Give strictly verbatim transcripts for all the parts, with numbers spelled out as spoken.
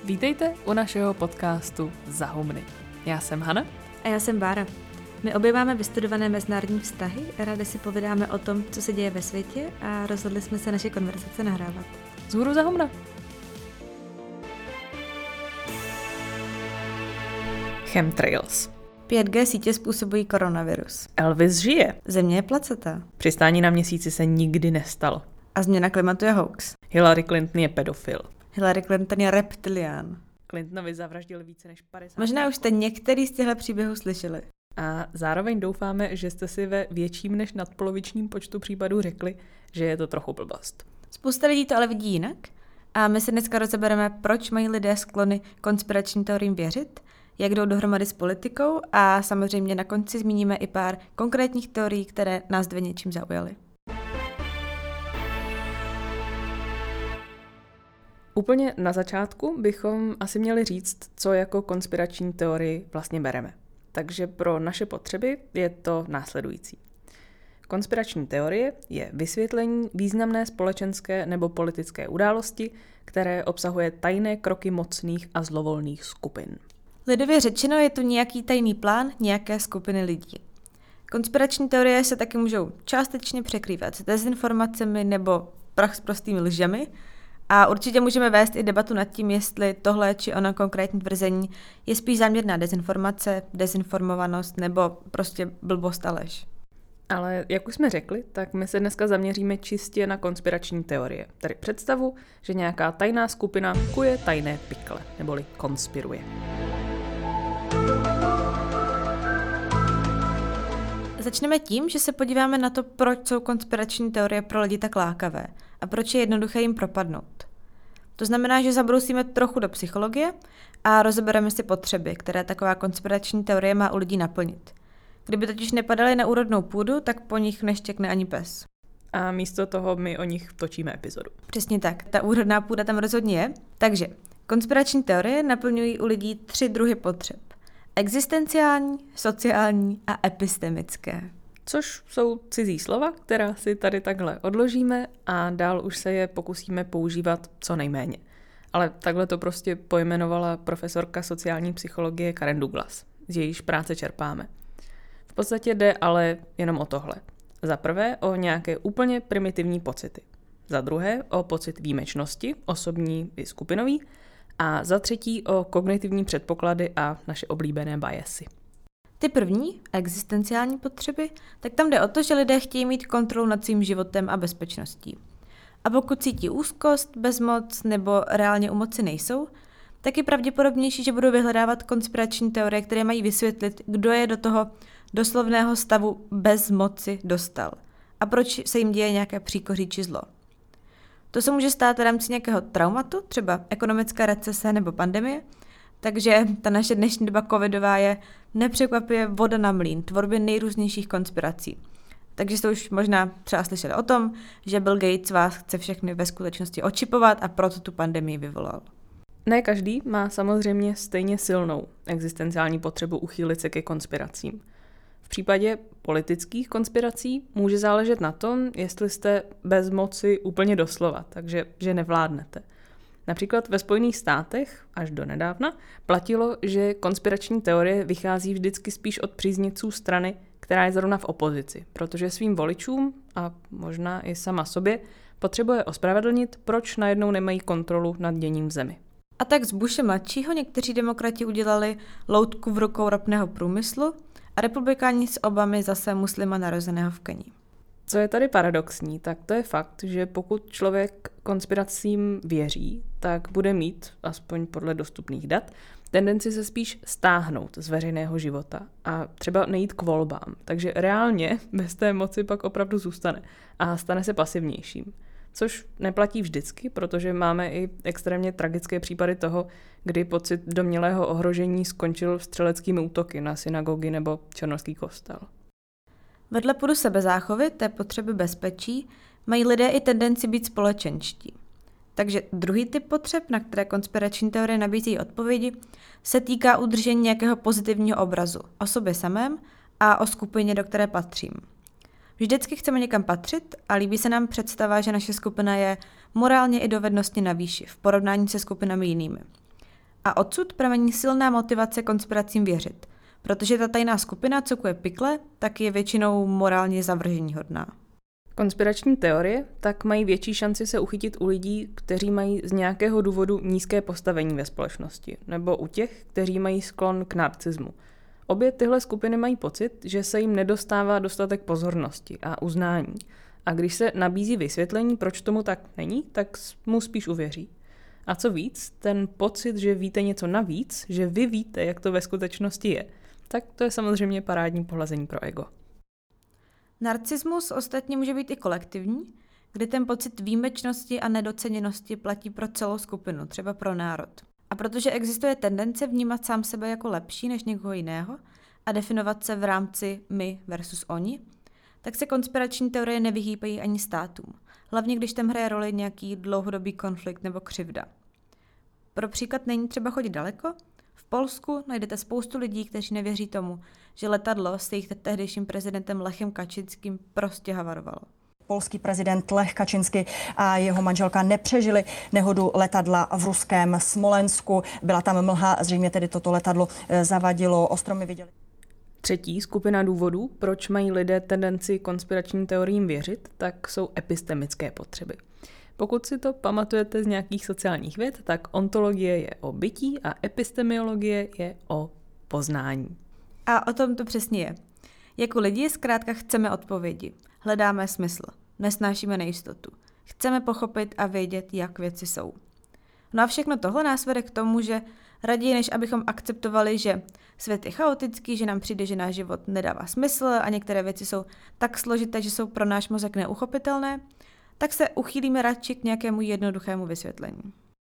Vítejte u našeho podcastu Za humny. Já jsem Hana. A já jsem Bára. My obě máme vystudované mezinárodní vztahy, rádi si povídáme o tom, co se děje ve světě a rozhodli jsme se naše konverzace nahrávat. Zhůru za humna. Chemtrails. pět G sítě způsobují koronavirus. Elvis žije. Země je placatá. Přistání na měsíci se nikdy nestalo. A změna klimatu je hoax. Hillary Clinton je pedofil. Hillary Clinton je reptilián. Clintonovi zavraždili více než padesát. Možná už jste některý z těchto příběhů slyšeli. A zároveň doufáme, že jste si ve větším než nadpolovičním počtu případů řekli, že je to trochu blbost. Spousta lidí to ale vidí jinak a my si dneska rozebereme, proč mají lidé sklony konspiračním teoriím věřit, jak jdou dohromady s politikou a samozřejmě na konci zmíníme i pár konkrétních teorií, které nás dvě něčím zaujaly. Úplně na začátku bychom asi měli říct, co jako konspirační teorii vlastně bereme. Takže pro naše potřeby je to následující. Konspirační teorie je vysvětlení významné společenské nebo politické události, které obsahuje tajné kroky mocných a zlovolných skupin. Lidově řečeno je to nějaký tajný plán nějaké skupiny lidí. Konspirační teorie se taky můžou částečně překrývat s dezinformacemi nebo prach s prostými lžemi a určitě můžeme vést i debatu nad tím, jestli tohle či ono konkrétní tvrzení je spíš záměrná dezinformace, dezinformovanost nebo prostě blbost a lež. Ale jak už jsme řekli, tak my se dneska zaměříme čistě na konspirační teorie, tedy představu, že nějaká tajná skupina kuje tajné pikle, neboli konspiruje. Začneme tím, že se podíváme na to, proč jsou konspirační teorie pro lidi tak lákavé a proč je jednoduché jim propadnout. To znamená, že zabrousíme trochu do psychologie a rozebereme si potřeby, které taková konspirační teorie má u lidí naplnit. Kdyby totiž nepadaly na úrodnou půdu, tak po nich neštěkne ani pes. A místo toho my o nich točíme epizodu. Přesně tak, ta úrodná půda tam rozhodně je. Takže konspirační teorie naplňují u lidí tři druhy potřeb. Existenciální, sociální a epistemické. Což jsou cizí slova, která si tady takhle odložíme a dál už se je pokusíme používat co nejméně. Ale takhle to prostě pojmenovala profesorka sociální psychologie Karen Douglas, z jejíž práce čerpáme. V podstatě jde ale jenom o tohle. Za prvé o nějaké úplně primitivní pocity. Za druhé o pocit výjimečnosti, osobní i skupinový. A za třetí o kognitivní předpoklady a naše oblíbené biasy. Ty první, existenciální potřeby, tak tam jde o to, že lidé chtějí mít kontrolu nad svým životem a bezpečností. A pokud cítí úzkost, bezmoc nebo reálně u moci nejsou, tak je pravděpodobnější, že budou vyhledávat konspirační teorie, které mají vysvětlit, kdo je do toho doslovného stavu bezmoci dostal a proč se jim děje nějaké příkoří či zlo. To se může stát v rámci nějakého traumatu, třeba ekonomická recese nebo pandemie, takže ta naše dnešní doba covidová je nepřekvapivě voda na mlýn tvorbě nejrůznějších konspirací. Takže jste už možná třeba slyšeli o tom, že Bill Gates vás chce všechny ve skutečnosti očipovat a proto tu pandemii vyvolal. Ne každý má samozřejmě stejně silnou existenciální potřebu uchýlit se ke konspiracím. V případě politických konspirací může záležet na tom, jestli jste bez moci úplně doslova, takže že nevládnete. Například ve Spojených státech až do nedávna platilo, že konspirační teorie vychází vždycky spíš od příznivců strany, která je zrovna v opozici, protože svým voličům a možná i sama sobě potřebuje ospravedlnit, proč najednou nemají kontrolu nad děním v zemi. A tak z Bushe mladšího někteří demokrati udělali loutku v rukou ropného průmyslu a republikáni s Obamy zase muslima narozeného v Keni. Co je tady paradoxní, tak to je fakt, že pokud člověk konspiracím věří, tak bude mít, aspoň podle dostupných dat, tendenci se spíš stáhnout z veřejného života a třeba nejít k volbám. Takže reálně bez té moci pak opravdu zůstane a stane se pasivnějším. Což neplatí vždycky, protože máme i extrémně tragické případy toho, kdy pocit domnělého ohrožení skončil střeleckými útoky na synagogy nebo černovský kostel. Vedle půdu sebezáchovy, té potřeby bezpečí, mají lidé i tendenci být společenští. Takže druhý typ potřeb, na které konspirační teorie nabízí odpovědi, se týká udržení nějakého pozitivního obrazu o sobě samém a o skupině, do které patřím. Vždycky chceme někam patřit a líbí se nám představa, že naše skupina je morálně i dovednostně na výši v porovnání se skupinami jinými. A odsud pramení silná motivace konspiracím věřit, protože ta tajná skupina, co kuje pikle, tak je většinou morálně zavrženíhodná. Konspirační teorie tak mají větší šanci se uchytit u lidí, kteří mají z nějakého důvodu nízké postavení ve společnosti, nebo u těch, kteří mají sklon k narcismu. Obě tyhle skupiny mají pocit, že se jim nedostává dostatek pozornosti a uznání. A když se nabízí vysvětlení, proč tomu tak není, tak mu spíš uvěří. A co víc, ten pocit, že víte něco navíc, že vy víte, jak to ve skutečnosti je, tak to je samozřejmě parádní pohlazení pro ego. Narcismus ostatně může být i kolektivní, kdy ten pocit výjimečnosti a nedoceněnosti platí pro celou skupinu, třeba pro národ. A protože existuje tendence vnímat sám sebe jako lepší než někoho jiného a definovat se v rámci my versus oni, tak se konspirační teorie nevyhýbají ani státům, hlavně když tam hraje roli nějaký dlouhodobý konflikt nebo křivda. Pro příklad není třeba chodit daleko. V Polsku najdete spoustu lidí, kteří nevěří tomu, že letadlo s jejich tehdejším prezidentem Lechem Kačynským prostě havarovalo. Polský prezident Lech Kačynský a jeho manželka nepřežili nehodu letadla v ruském Smolensku. Byla tam mlha, zřejmě tedy toto letadlo zavadilo, ostromy viděli. Třetí skupina důvodů, proč mají lidé tendenci konspiračním teoriím věřit, tak jsou epistemické potřeby. Pokud si to pamatujete z nějakých sociálních věd, tak ontologie je o bytí a epistemiologie je o poznání. A o tom to přesně je. Jako lidi zkrátka chceme odpovědi, hledáme smysl, nesnášíme nejistotu, chceme pochopit a vědět, jak věci jsou. No a všechno tohle nás vede k tomu, že raději, než abychom akceptovali, že svět je chaotický, že nám přijde, že náš život nedává smysl a některé věci jsou tak složité, že jsou pro náš mozek neuchopitelné, tak se uchýlíme radši k nějakému jednoduchému vysvětlení.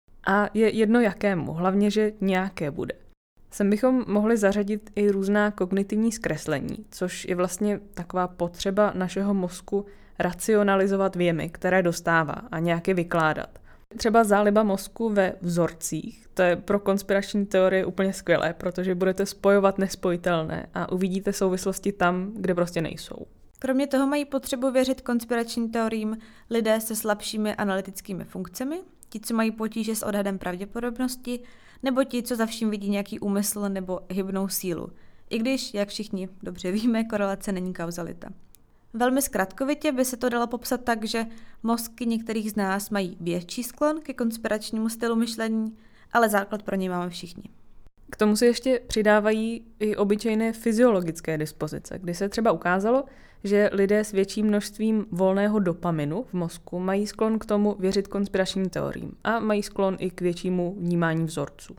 A je jedno jakému, hlavně, že nějaké bude. Sem bychom mohli zařadit i různá kognitivní zkreslení, což je vlastně taková potřeba našeho mozku racionalizovat věmy, které dostává a nějak je vykládat. Třeba záliba mozku ve vzorcích, to je pro konspirační teorie úplně skvělé, protože budete spojovat nespojitelné a uvidíte souvislosti tam, kde prostě nejsou. Kromě toho mají potřebu věřit konspiračním teoriím lidé se slabšími analytickými funkcemi, ti, co mají potíže s odhadem pravděpodobnosti, nebo ti, co za vším vidí nějaký úmysl nebo hybnou sílu. I když, jak všichni dobře víme, korelace není kauzalita. Velmi zkratkovitě by se to dalo popsat tak, že mozky některých z nás mají větší sklon ke konspiračnímu stylu myšlení, ale základ pro něj máme všichni. K tomu se ještě přidávají i obyčejné fyziologické dispozice, kdy se třeba ukázalo, že lidé s větším množstvím volného dopaminu v mozku mají sklon k tomu věřit konspiračním teoriím a mají sklon i k většímu vnímání vzorců.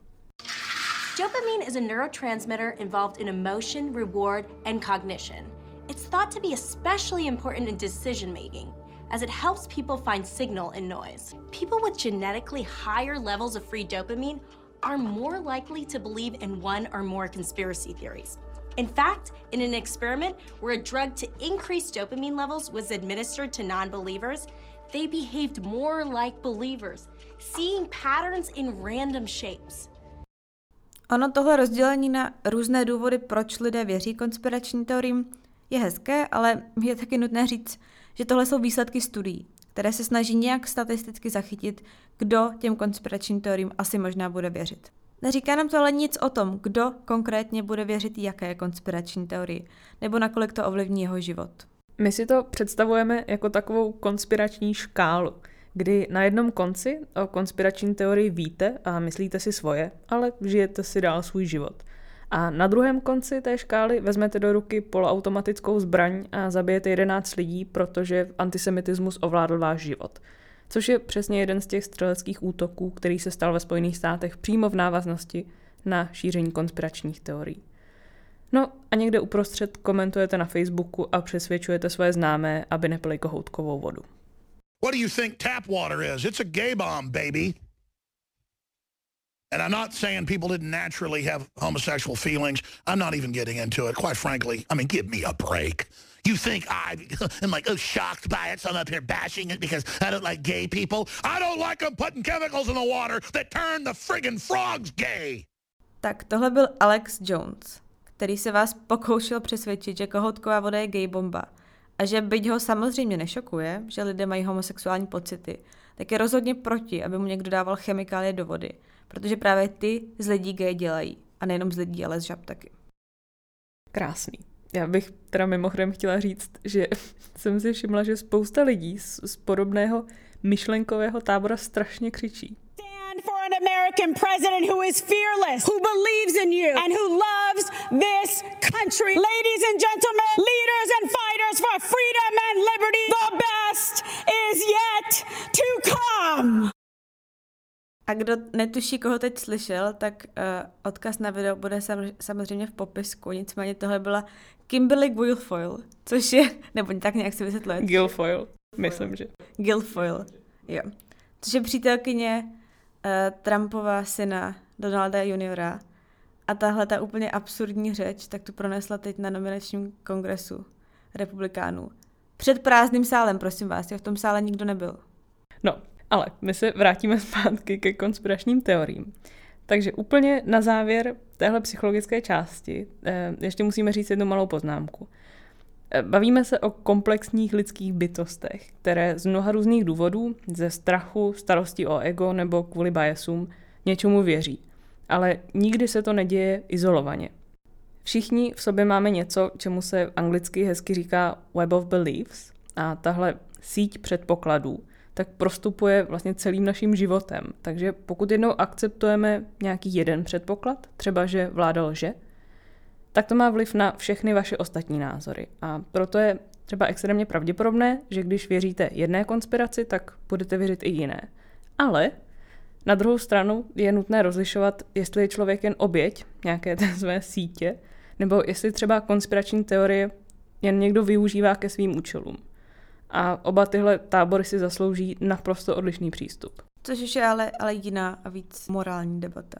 Dopamine is a neurotransmitter involved in emotion, reward, and cognition. It's thought to be especially important in decision making, as it helps people find signal in noise. People with genetically higher levels of free dopamine are more likely to believe in one or more conspiracy theories. In fact, in an experiment where a drug to increase dopamine levels was administered to non-believers, they behaved more like believers, seeing patterns in random shapes. Ono tohle rozdělení na různé důvody, proč lidé věří konspiračním teoriím, je hezké, ale je taky nutné říct, že tohle jsou výsledky studií, které se snaží nějak statisticky zachytit, kdo těm konspiračním teoriím asi možná bude věřit. Neříká nám to ale nic o tom, kdo konkrétně bude věřit jaké konspirační teorii, nebo nakolik to ovlivní jeho život. My si to představujeme jako takovou konspirační škálu, kdy na jednom konci o konspirační teorii víte a myslíte si svoje, ale žijete si dál svůj život. A na druhém konci té škály vezmete do ruky poloautomatickou zbraň a zabijete jedenáct lidí, protože antisemitismus ovládl váš život. Což je přesně jeden z těch střeleckých útoků, který se stal ve Spojených státech přímo v návaznosti na šíření konspiračních teorií. No a někde uprostřed komentujete na Facebooku a přesvědčujete své známé, aby nepili kohoutkovou vodu. What do you think tap water is? It's a gay bomb, baby. And I'm not saying people didn't naturally have homosexual feelings. I'm not even getting into it, quite frankly. I mean, give me a break. You think I am like oh, shocked by it, so I'm up here bashing it because I don't like gay people? I don't like them putting chemicals in the water that turn the friggin' frogs gay. Tak tohle byl Alex Jones, který se vás pokoušel přesvědčit, že kohoutková voda je gay bomba a že byť ho samozřejmě nešokuje, že lidé mají homosexuální pocity, tak je rozhodně proti, aby mu někdo dával chemikálie do vody, protože právě ty z lidí gay dělají. A nejenom z lidí, ale z žab taky. Krásný. Já bych teda mimochodem chtěla říct, že jsem si všimla, že spousta lidí z, z podobného myšlenkového tábora strašně křičí. For an American president who is fearless, who believes in you, and who loves this country. Ladies and gentlemen, leaders and fighters for freedom and liberty, the best is yet to come. A kdo netuší, koho teď slyšel, tak uh, odkaz na video bude sam, samozřejmě v popisku. Nicméně tohle byla Kimberly Guilfoyle, což je, nebo tak nějak se vysvětluje. Guilfoyle, myslím, že. Guilfoyle, jo. Což je přítelkyně uh, Trumpova syna Donalda juniora. A tahle ta úplně absurdní řeč, tak tu pronesla teď na nominačním kongresu republikánů. Před prázdným sálem, prosím vás, jo, v tom sále nikdo nebyl. No, ale my se vrátíme zpátky ke konspiračním teoriím. Takže úplně na závěr téhle psychologické části eh, ještě musíme říct jednu malou poznámku. Eh, bavíme se o komplexních lidských bytostech, které z mnoha různých důvodů, ze strachu, starosti o ego nebo kvůli biasům, něčemu věří. Ale nikdy se to neděje izolovaně. Všichni v sobě máme něco, čemu se anglicky hezky říká web of beliefs, a tahle síť předpokladů tak prostupuje vlastně celým naším životem. Takže pokud jednou akceptujeme nějaký jeden předpoklad, třeba že vláda lže, tak to má vliv na všechny vaše ostatní názory. A proto je třeba extrémně pravděpodobné, že když věříte jedné konspiraci, tak budete věřit i jiné. Ale na druhou stranu je nutné rozlišovat, jestli je člověk jen oběť nějaké té své sítě, nebo jestli třeba konspirační teorie jen někdo využívá ke svým účelům. A oba tyhle tábory si zaslouží naprosto odlišný přístup. Což už je ale, ale jiná a víc morální debata.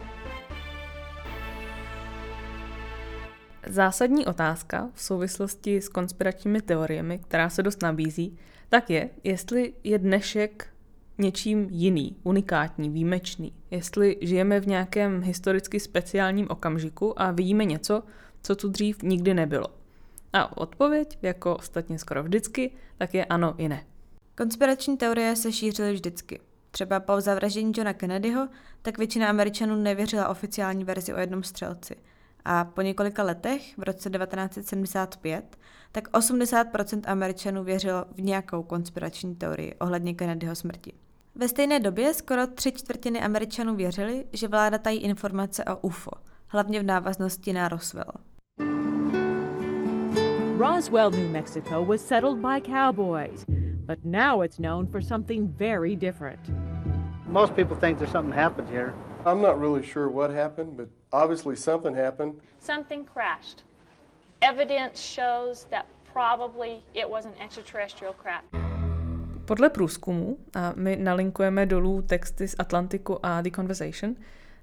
Zásadní otázka v souvislosti s konspiračními teoriemi, která se dost nabízí, tak je, jestli je dnešek něčím jiný, unikátní, výjimečný. Jestli žijeme v nějakém historicky speciálním okamžiku a vidíme něco, co tu dřív nikdy nebylo. A odpověď, jako ostatně skoro vždycky, tak je ano i ne. Konspirační teorie se šířily vždycky. Třeba po zavraždění Johna Kennedyho, tak většina Američanů nevěřila oficiální verzi o jednom střelci. A po několika letech, v roce devatenáct set sedmdesát pět, tak osmdesát procent Američanů věřilo v nějakou konspirační teorii ohledně Kennedyho smrti. Ve stejné době skoro tři čtvrtiny Američanů věřili, že vláda tají informace o U F O, hlavně v návaznosti na Roswell. Roswell, New Mexico was settled by cowboys, but now it's known for something very different. Most people think there's something happened here. I'm not really sure what happened, but obviously something happened. Something crashed. Evidence shows that probably it was an extraterrestrial craft. Podle průzkumu, a my nalinkujeme dolů texty z Atlantiku a The Conversation,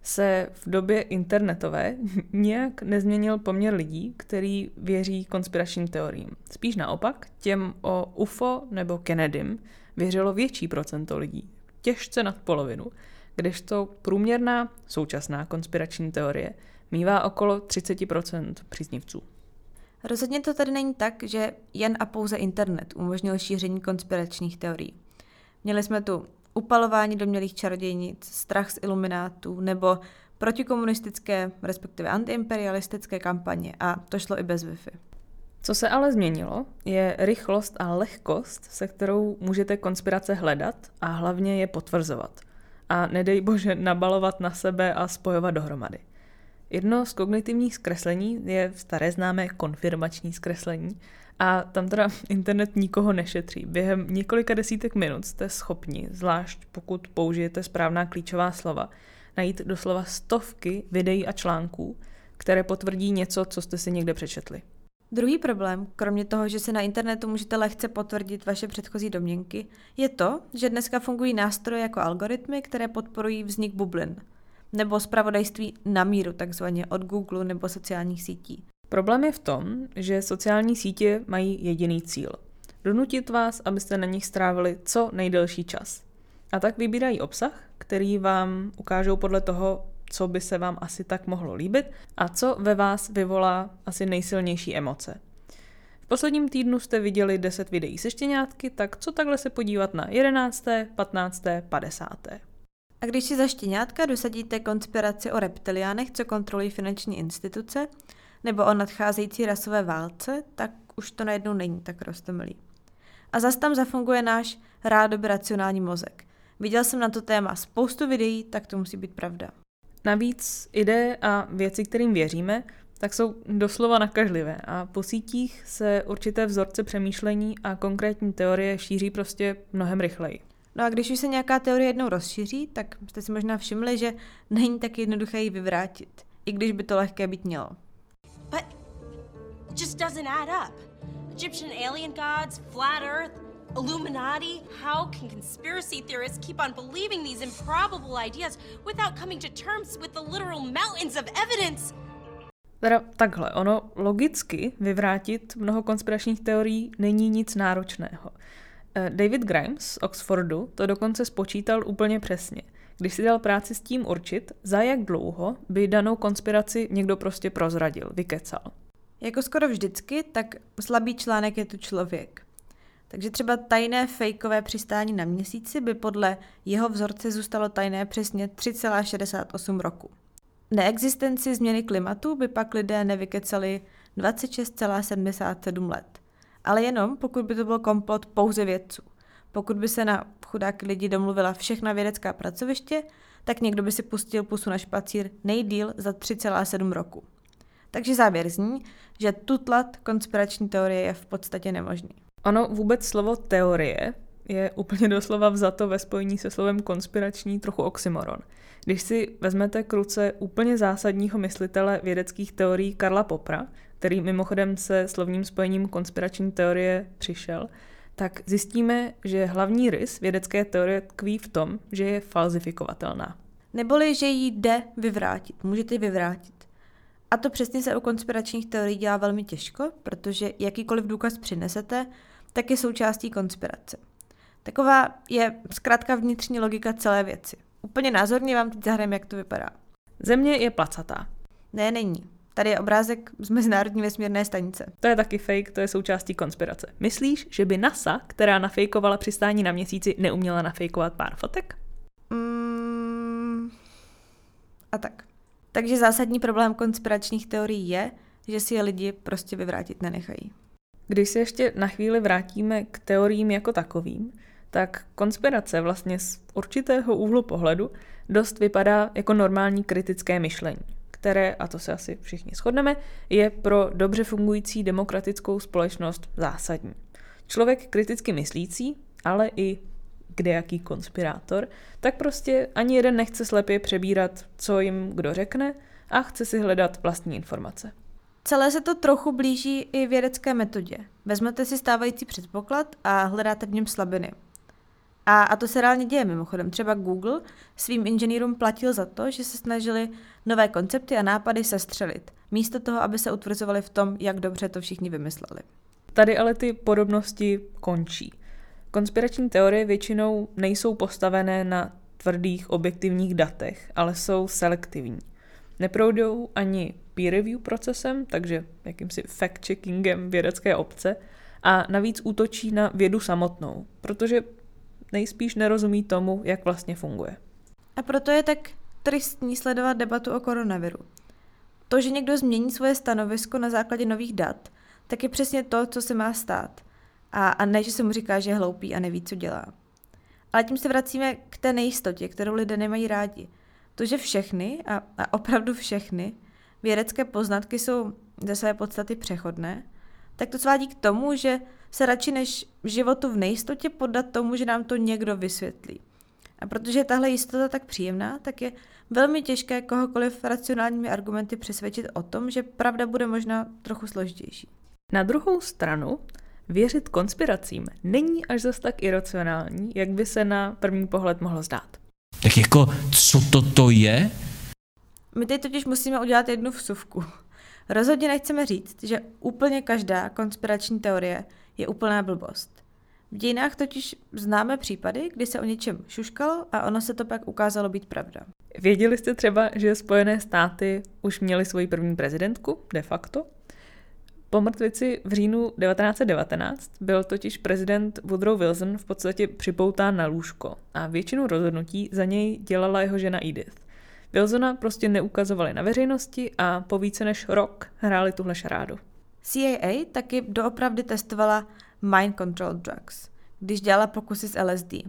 se v době internetové nějak nezměnil poměr lidí, který věří konspiračním teoriím. Spíš naopak, těm o U F O nebo Kennedym věřilo větší procento lidí, těžce nad polovinu, kdežto průměrná současná konspirační teorie mívá okolo třicet procent příznivců. Rozhodně to tady není tak, že jen a pouze internet umožnil šíření konspiračních teorií. Měli jsme tu upalování domnělých čarodějnic, strach z iluminátů nebo protikomunistické, respektive antiimperialistické kampaně, a to šlo i bez Wi-Fi. Co se ale změnilo, je rychlost a lehkost, se kterou můžete konspirace hledat a hlavně je potvrzovat. A nedej bože nabalovat na sebe a spojovat dohromady. Jedno z kognitivních zkreslení je staré známé konfirmační zkreslení a tam teda internet nikoho nešetří. Během několika desítek minut jste schopni, zvlášť pokud použijete správná klíčová slova, najít doslova stovky videí a článků, které potvrdí něco, co jste si někde přečetli. Druhý problém, kromě toho, že se na internetu můžete lehce potvrdit vaše předchozí domněnky, je to, že dneska fungují nástroje jako algoritmy, které podporují vznik bublin, nebo zpravodajství na míru, takzvaně od Google nebo sociálních sítí. Problém je v tom, že sociální sítě mají jediný cíl. Donutit vás, abyste na nich strávili co nejdelší čas. A tak vybírají obsah, který vám ukážou podle toho, co by se vám asi tak mohlo líbit a co ve vás vyvolá asi nejsilnější emoce. V posledním týdnu jste viděli deset videí se štěňátky, tak co takhle se podívat na jedenácté, patnácté, padesáté A když si za štěňátka dosadíte konspiraci o reptiliánech, co kontrolují finanční instituce, nebo o nadcházející rasové válce, tak už to najednou není tak roztomilý. A zas tam zafunguje náš rádoby racionální mozek. Viděl jsem na to téma spoustu videí, tak to musí být pravda. Navíc ideje a věci, kterým věříme, tak jsou doslova nakažlivé a po sítích se určité vzorce přemýšlení a konkrétní teorie šíří prostě mnohem rychleji. No a když už se nějaká teorie jednou rozšíří, tak jste si možná všimli, že není tak jednoduché ji vyvrátit, i když by to lehké být mělo. But it just doesn't add up. Egyptian alien gods, flat earth, Illuminati. How can conspiracy theorists keep on believing these improbable ideas without coming to terms with the literal mountains of evidence? Teda takhle, ono logicky vyvrátit mnoho konspiračních teorií není nic náročného. David Grimes z Oxfordu to dokonce spočítal úplně přesně, když si dal práci s tím určit, za jak dlouho by danou konspiraci někdo prostě prozradil, vykecal. Jako skoro vždycky, tak slabý článek je tu člověk. Takže třeba tajné fejkové přistání na měsíci by podle jeho vzorce zůstalo tajné přesně tři celá šedesát osm roku. Neexistenci změny klimatu by pak lidé nevykecali dvacet šest celá sedmdesát sedm let. Ale jenom pokud by to byl komplot pouze vědců. Pokud by se na chudáky lidi domluvila všechna vědecká pracoviště, tak někdo by si pustil pusu na špacír nejdýl za tři celá sedm roku. Takže závěr zní, že tutlat konspirační teorie je v podstatě nemožný. Ono vůbec slovo teorie je úplně doslova vzato ve spojení se slovem konspirační trochu oxymoron. Když si vezmete k ruce úplně zásadního myslitele vědeckých teorií Karla Poppera, který mimochodem se slovním spojením konspirační teorie přišel, tak zjistíme, že hlavní rys vědecké teorie tkví v tom, že je falzifikovatelná. Neboli, že ji jde vyvrátit, můžete ji vyvrátit. A to přesně se u konspiračních teorií dělá velmi těžko, protože jakýkoliv důkaz přinesete, tak je součástí konspirace. Taková je zkrátka vnitřní logika celé věci. Úplně názorně vám teď zahrajeme, jak to vypadá. Země je placatá. Ne, není. Tady je obrázek z Mezinárodní vesmírné stanice. To je taky fake, to je součástí konspirace. Myslíš, že by NASA, která nafejkovala přistání na měsíci, neuměla nafejkovat pár fotek? Mm, a tak. Takže zásadní problém konspiračních teorií je, že si je lidi prostě vyvrátit nenechají. Když se ještě na chvíli vrátíme k teoriím jako takovým, tak konspirace vlastně z určitého úhlu pohledu dost vypadá jako normální kritické myšlení, které, a to se asi všichni shodneme, je pro dobře fungující demokratickou společnost zásadní. Člověk kriticky myslící, ale i kdejaký konspirátor, tak prostě ani jeden nechce slepě přebírat, co jim kdo řekne a chce si hledat vlastní informace. Celé se to trochu blíží i vědecké metodě. Vezmete si stávající předpoklad a hledáte v něm slabiny. A, a to se reálně děje mimochodem. Třeba Google svým inženýrům platil za to, že se snažili nové koncepty a nápady sestřelit, místo toho, aby se utvrzovali v tom, jak dobře to všichni vymysleli. Tady ale ty podobnosti končí. Konspirační teorie většinou nejsou postavené na tvrdých objektivních datech, ale jsou selektivní. Neprojdou ani peer review procesem, takže jakýmsi fact-checkingem vědecké obce, a navíc útočí na vědu samotnou, protože nejspíš nerozumí tomu, jak vlastně funguje. A proto je tak tristní sledovat debatu o koronaviru. To, že někdo změní svoje stanovisko na základě nových dat, tak je přesně to, co se má stát. A, a ne, že se mu říká, že je hloupý a neví, co dělá. Ale tím se vracíme k té nejistotě, kterou lidé nemají rádi. To, že všechny, a, a opravdu všechny, vědecké poznatky jsou ze své podstaty přechodné, tak to svádí k tomu, že se radši než životu v nejistotě poddat tomu, že nám to někdo vysvětlí. A protože je tahle jistota tak příjemná, tak je velmi těžké kohokoliv racionálními argumenty přesvědčit o tom, že pravda bude možná trochu složitější. Na druhou stranu, věřit konspiracím není až zas tak iracionální, jak by se na první pohled mohlo zdát. Tak jako, co toto je? My teď totiž musíme udělat jednu vsuvku. Rozhodně nechceme říct, že úplně každá konspirační teorie je úplná blbost. V dějinách totiž známe případy, kdy se o něčem šuškalo a ono se to pak ukázalo být pravda. Věděli jste třeba, že Spojené státy už měly svoji první prezidentku, de facto? Po mrtvici v říjnu devatenáct set devatenáct byl totiž prezident Woodrow Wilson v podstatě připoután na lůžko a většinu rozhodnutí za něj dělala jeho žena Edith. Wilsona prostě neukazovali na veřejnosti a po více než rok hráli tuhle šarádu. C I A taky doopravdy testovala mind control drugs, když dělala pokusy s L S D.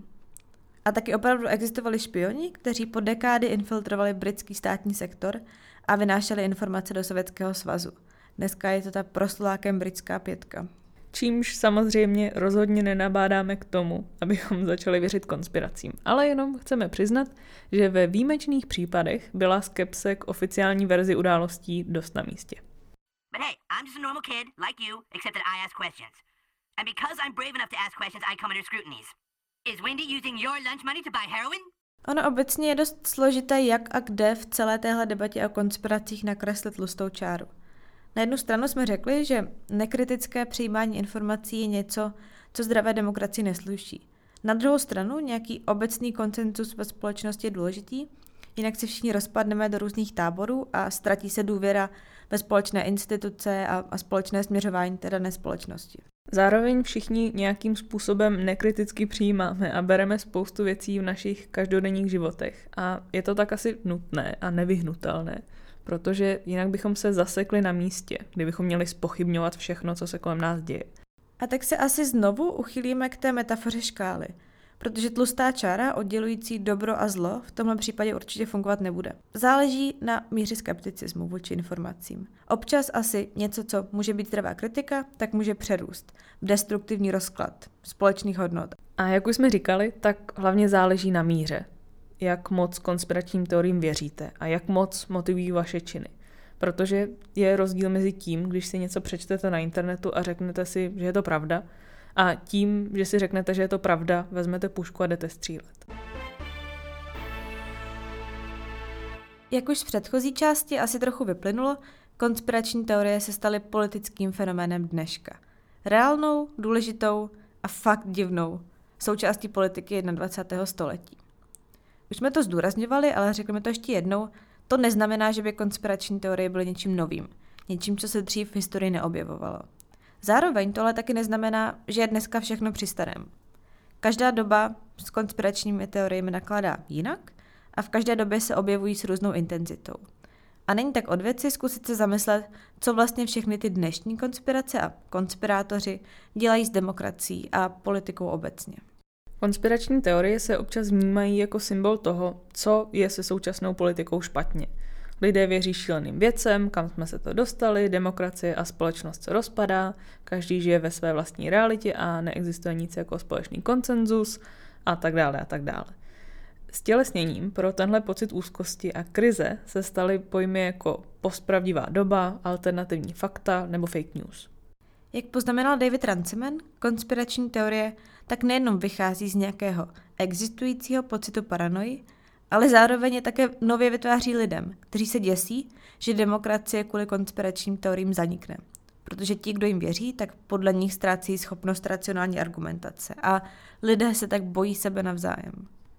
A taky opravdu existovali špioni, kteří po dekády infiltrovali britský státní sektor a vynášeli informace do Sovětského svazu. Dneska je to ta proslulá britská pětka. Čímž samozřejmě rozhodně nenabádáme k tomu, abychom začali věřit konspiracím, ale jenom chceme přiznat, že ve výjimečných případech byla skepse k oficiální verzi událostí dost na místě. But hey, I'm just a normal kid, like you, except that I ask questions. And because I'm brave enough to ask questions, I come under scrutinies. Is Wendy using your lunch money to buy heroin? Ono obecně je dost složité, jak a kde v celé téhle debatě o konspiracích nakreslit tlustou čáru. Na jednu stranu jsme řekli, že nekritické přijímání informací je něco, co zdravé demokracii nesluší. Na druhou stranu nějaký obecný konsenzus ve společnosti je důležitý, jinak se všichni rozpadneme do různých táborů a ztratí se důvěra ve společné instituce a, a společné směřování té dané společnosti. Zároveň všichni nějakým způsobem nekriticky přijímáme a bereme spoustu věcí v našich každodenních životech. A je to tak asi nutné a nevyhnutelné, protože jinak bychom se zasekli na místě, kdybychom měli zpochybňovat všechno, co se kolem nás děje. A tak se asi znovu uchylíme k té metafoře škály, protože tlustá čára oddělující dobro a zlo v tomhle případě určitě fungovat nebude. Záleží na míře skepticismu vůči informacím. Občas asi něco, co může být zdravá kritika, tak může přerůst v destruktivní rozklad společných hodnot. A jak už jsme říkali, tak hlavně záleží na míře. Jak moc konspiračním teoriím věříte a jak moc motivují vaše činy. Protože je rozdíl mezi tím, když si něco přečtete na internetu a řeknete si, že je to pravda, a tím, že si řeknete, že je to pravda, vezmete pušku a jdete střílet. Jak už z předchozí části asi trochu vyplynulo, konspirační teorie se staly politickým fenoménem dneška. Reálnou, důležitou a fakt divnou součástí politiky dvacátého prvního století. Už jsme to zdůrazňovali, ale řekneme to ještě jednou, to neznamená, že by konspirační teorie byly něčím novým, něčím, co se dřív v historii neobjevovalo. Zároveň to ale taky neznamená, že je dneska všechno při starém. Každá doba s konspiračními teoriemi nakládá jinak a v každé době se objevují s různou intenzitou. A není tak od věci zkusit se zamyslet, co vlastně všechny ty dnešní konspirace a konspirátoři dělají s demokracií a politikou obecně. Konspirační teorie se občas vnímají jako symbol toho, co je se současnou politikou špatně. Lidé věří šíleným věcem, kam jsme se to dostali, demokracie a společnost se rozpadá, každý žije ve své vlastní realitě a neexistuje nic jako společný konsenzus a tak dále a tak dále. Stělesněním pro tenhle pocit úzkosti a krize se staly pojmy jako postpravdivá doba, alternativní fakta nebo fake news. Jak poznamenal David Runciman, konspirační teorie tak nejenom vychází z nějakého existujícího pocitu paranoji, ale zároveň je také nově vytváří lidem, kteří se děsí, že demokracie kvůli konspiračním teoriím zanikne. Protože ti, kdo jim věří, tak podle nich ztrácí schopnost racionální argumentace a lidé se tak bojí sebe navzájem.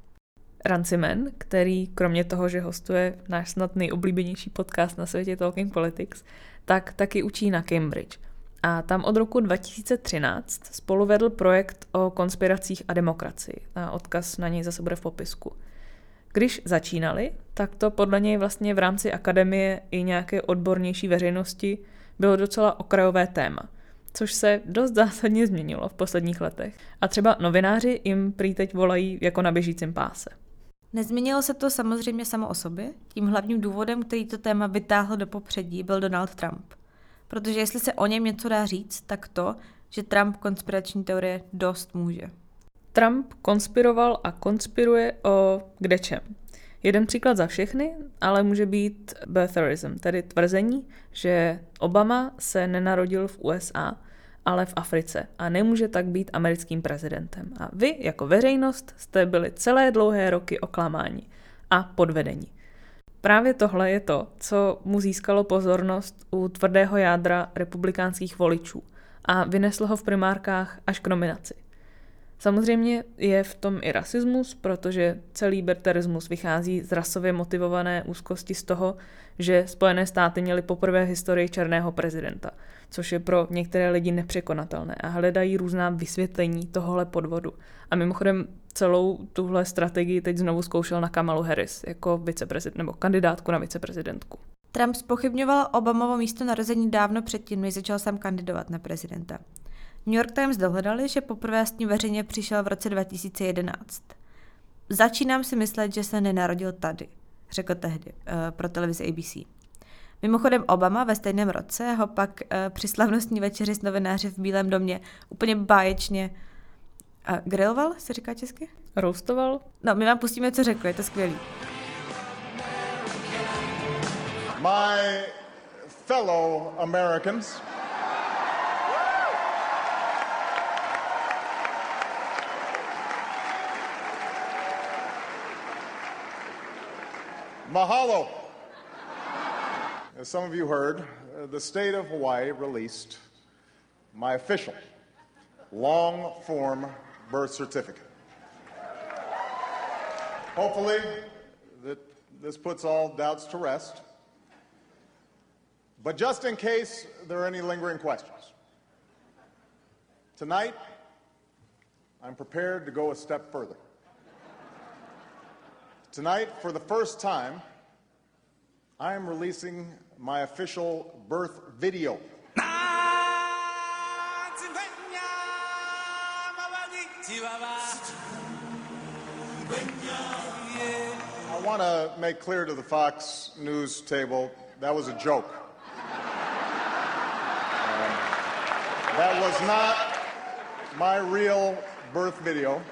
Runciman, který kromě toho, že hostuje náš snad nejoblíbenější podcast na světě Talking Politics, tak taky učí na Cambridge. A tam od roku dva tisíce třináct spolu vedl projekt o konspiracích a demokracii. A odkaz na něj zase bude v popisku. Když začínali, tak to podle něj vlastně v rámci akademie i nějaké odbornější veřejnosti bylo docela okrajové téma, což se dost zásadně změnilo v posledních letech. A třeba novináři jim prý teď volají jako na běžícím páse. Nezměnilo se to samozřejmě samo o sobě. Tím hlavním důvodem, který to téma vytáhl do popředí, byl Donald Trump. Protože jestli se o něm něco dá říct, tak to, že Trump konspirační teorie dost může. Trump konspiroval a konspiruje o kdečem. Jeden příklad za všechny, ale může být birtherism, tedy tvrzení, že Obama se nenarodil v U S A, ale v Africe a nemůže tak být americkým prezidentem. A vy, jako veřejnost, jste byli celé dlouhé roky oklamáni a podvedení. Právě tohle je to, co mu získalo pozornost u tvrdého jádra republikánských voličů a vyneslo ho v primárkách až k nominaci. Samozřejmě je v tom i rasismus, protože celý libertarismus vychází z rasově motivované úzkosti z toho, že Spojené státy měly poprvé v historii černého prezidenta, což je pro některé lidi nepřekonatelné a hledají různá vysvětlení tohohle podvodu. A mimochodem celou tuhle strategii teď znovu zkoušel na Kamalu Harris jako viceprezident nebo kandidátku na viceprezidentku. Trump zpochybňoval Obamovo místo narození dávno předtím, než začal sám kandidovat na prezidenta. New York Times dohledali, že poprvé s ním veřejně přišel v roce dva tisíce jedenáct. Začínám si myslet, že se nenarodil tady, řekl tehdy uh, pro televizi A B C. Mimochodem Obama ve stejném roce ho pak uh, při slavnostní večeři s novináři v Bílém domě úplně báječně uh, griloval, se říká česky? Roastoval? No, my vám pustíme, co řekl, je to skvělý. My fellow Americans, mahalo. As some of you heard, uh, the state of Hawaii released my official long-form birth certificate. Hopefully, that this puts all doubts to rest. But just in case there are any lingering questions, tonight, I'm prepared to go a step further. Tonight, for the first time, I am releasing my official birth video. I want to make clear to the Fox News table that was a joke. Um, that was not my real birth video.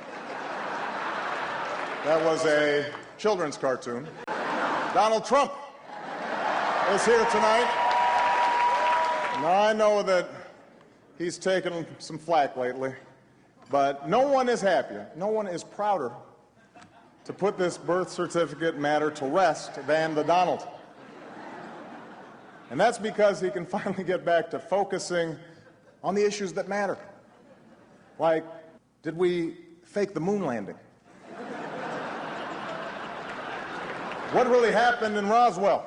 That was a children's cartoon. Donald Trump is here tonight. Now, I know that he's taken some flack lately, but no one is happier, no one is prouder to put this birth certificate matter to rest than the Donald. And that's because he can finally get back to focusing on the issues that matter. Like, did we fake the moon landing? What really happened in Roswell?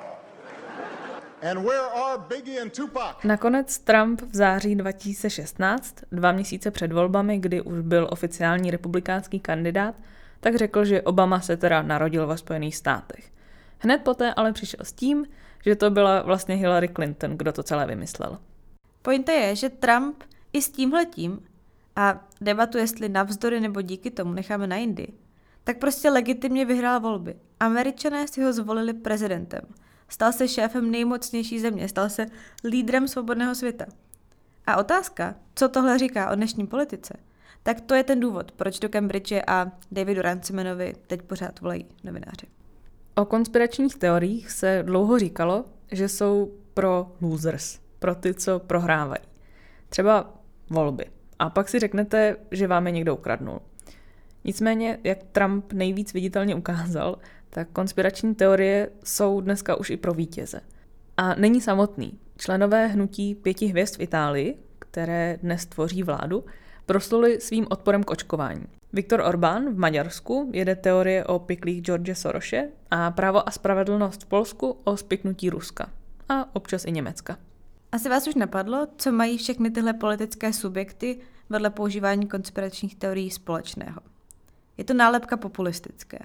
And where are Biggie and Tupac? Nakonec Trump v září dva tisíce šestnáct, dva měsíce před volbami, kdy už byl oficiální republikánský kandidát, tak řekl, že Obama se teda narodil ve Spojených státech. Hned poté ale přišel s tím, že to byla vlastně Hillary Clinton, kdo to celé vymyslel. Pointa je, že Trump i s tímhletím, a debatu, jestli navzdory nebo díky tomu necháme na jindy, tak prostě legitimně vyhrál volby. Američané si ho zvolili prezidentem. Stal se šéfem nejmocnější země, stal se lídrem svobodného světa. A otázka, co tohle říká o dnešní politice, tak to je ten důvod, proč do Cambridge a Davidu Runcimanovi teď pořád volají novináři. O konspiračních teoriích se dlouho říkalo, že jsou pro losers, pro ty, co prohrávají. Třeba volby. A pak si řeknete, že vám je někdo ukradnul. Nicméně, jak Trump nejvíc viditelně ukázal, tak konspirační teorie jsou dneska už i pro vítěze. A není samotný. Členové hnutí pěti hvězd v Itálii, které dnes tvoří vládu, prosluli svým odporem k očkování. Viktor Orbán v Maďarsku jede teorie o pyklích George Sorose a Právo a spravedlnost v Polsku o spiknutí Ruska. A občas i Německa. Asi vás už napadlo, co mají všechny tyhle politické subjekty vedle používání konspiračních teorií společného. Je to nálepka populistické.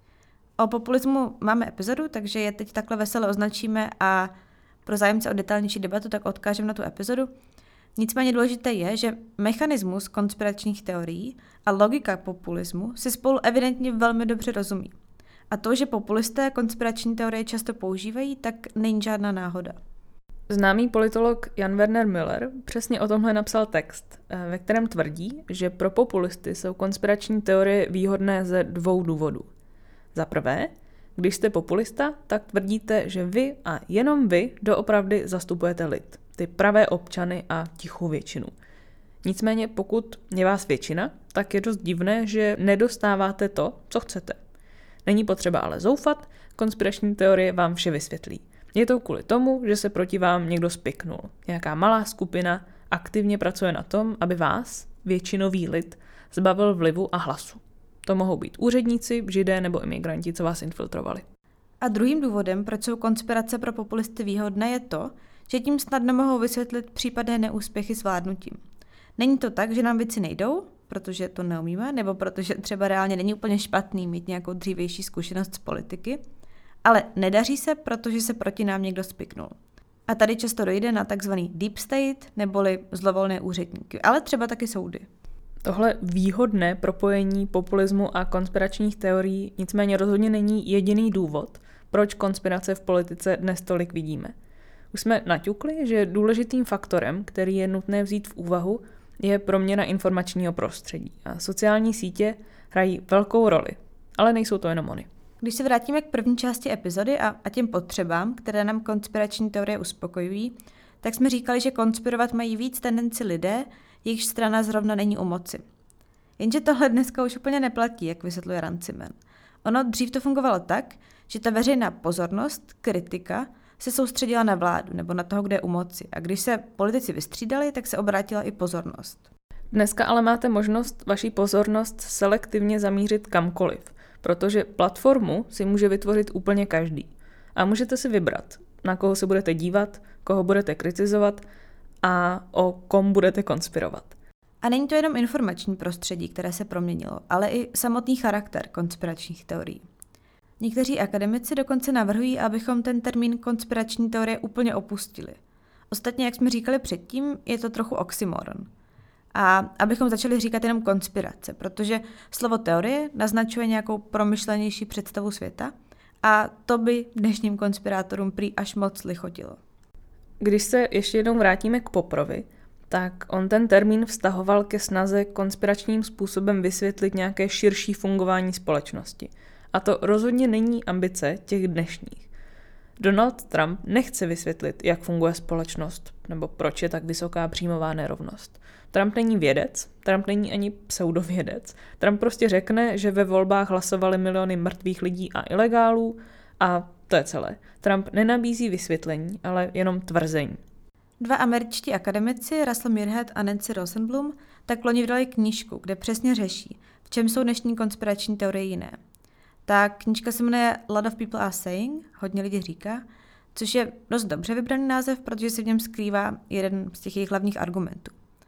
O populismu máme epizodu, takže je teď takhle vesele označíme a pro zájemce o detailnější debatu tak odkážeme na tu epizodu. Nicméně důležité je, že mechanismus konspiračních teorií a logika populismu si spolu evidentně velmi dobře rozumí. A to, že populisté konspirační teorie často používají, tak není žádná náhoda. Známý politolog Jan Werner Müller přesně o tomhle napsal text, ve kterém tvrdí, že pro populisty jsou konspirační teorie výhodné ze dvou důvodů. Za prvé, když jste populista, tak tvrdíte, že vy a jenom vy doopravdy zastupujete lid, ty pravé občany a tichou většinu. Nicméně pokud je vás většina, tak je dost divné, že nedostáváte to, co chcete. Není potřeba ale zoufat, konspirační teorie vám vše vysvětlí. Je to kvůli tomu, že se proti vám někdo spiknul. Nějaká malá skupina aktivně pracuje na tom, aby vás, většinový lid, zbavil vlivu a hlasu. To mohou být úředníci, židé nebo imigranti, co vás infiltrovali. A druhým důvodem, proč jsou konspirace pro populisty výhodné, je to, že tím snadno mohou vysvětlit případné neúspěchy s vládnutím. Není to tak, že nám věci nejdou, protože to neumíme, nebo protože třeba reálně není úplně špatný mít nějakou dřívější zkušenost z politiky, ale nedaří se, protože se proti nám někdo spiknul. A tady často dojde na takzvaný deep state, neboli zlovolné úředníky, ale třeba taky soudy. Tohle výhodné propojení populismu a konspiračních teorií nicméně rozhodně není jediný důvod, proč konspirace v politice dnes tolik vidíme. Už jsme naťukli, že důležitým faktorem, který je nutné vzít v úvahu, je proměna informačního prostředí. A sociální sítě hrají velkou roli, ale nejsou to jenom oni. Když se vrátíme k první části epizody a, a těm potřebám, které nám konspirační teorie uspokojují, tak jsme říkali, že konspirovat mají víc tendenci lidé, jejichž strana zrovna není u moci. Jenže tohle dneska už úplně neplatí, jak vysvětluje Runciman. Ono dřív to fungovalo tak, že ta veřejná pozornost, kritika, se soustředila na vládu nebo na toho, kde je u moci. A když se politici vystřídali, tak se obrátila i pozornost. Dneska ale máte možnost vaši pozornost selektivně zamířit kamkoliv, protože platformu si může vytvořit úplně každý. A můžete si vybrat, na koho se budete dívat, koho budete kritizovat a o kom budete konspirovat. A není to jenom informační prostředí, které se proměnilo, ale i samotný charakter konspiračních teorií. Někteří akademici dokonce navrhují, abychom ten termín konspirační teorie úplně opustili. Ostatně, jak jsme říkali předtím, je to trochu oxymoron. A abychom začali říkat jenom konspirace, protože slovo teorie naznačuje nějakou promyšlenější představu světa a to by dnešním konspirátorům prý až moc lichotilo. Když se ještě jednou vrátíme k Poprovi, tak on ten termín vztahoval ke snaze konspiračním způsobem vysvětlit nějaké širší fungování společnosti. A to rozhodně není ambice těch dnešních. Donald Trump nechce vysvětlit, jak funguje společnost, nebo proč je tak vysoká příjmová nerovnost. Trump není vědec, Trump není ani pseudovědec. Trump prostě řekne, že ve volbách hlasovali miliony mrtvých lidí a ilegálů a to je celé. Trump nenabízí vysvětlení, ale jenom tvrzení. Dva američtí akademici, Russell Muirhead a Nancy Rosenblum, tak loni vydali knížku, kde přesně řeší, v čem jsou dnešní konspirační teorie jiné. Ta knížka se jmenuje Lot of People Are Saying, hodně lidí říká, což je dost dobře vybraný název, protože se v něm skrývá jeden z těch jejich hlavních argumentů.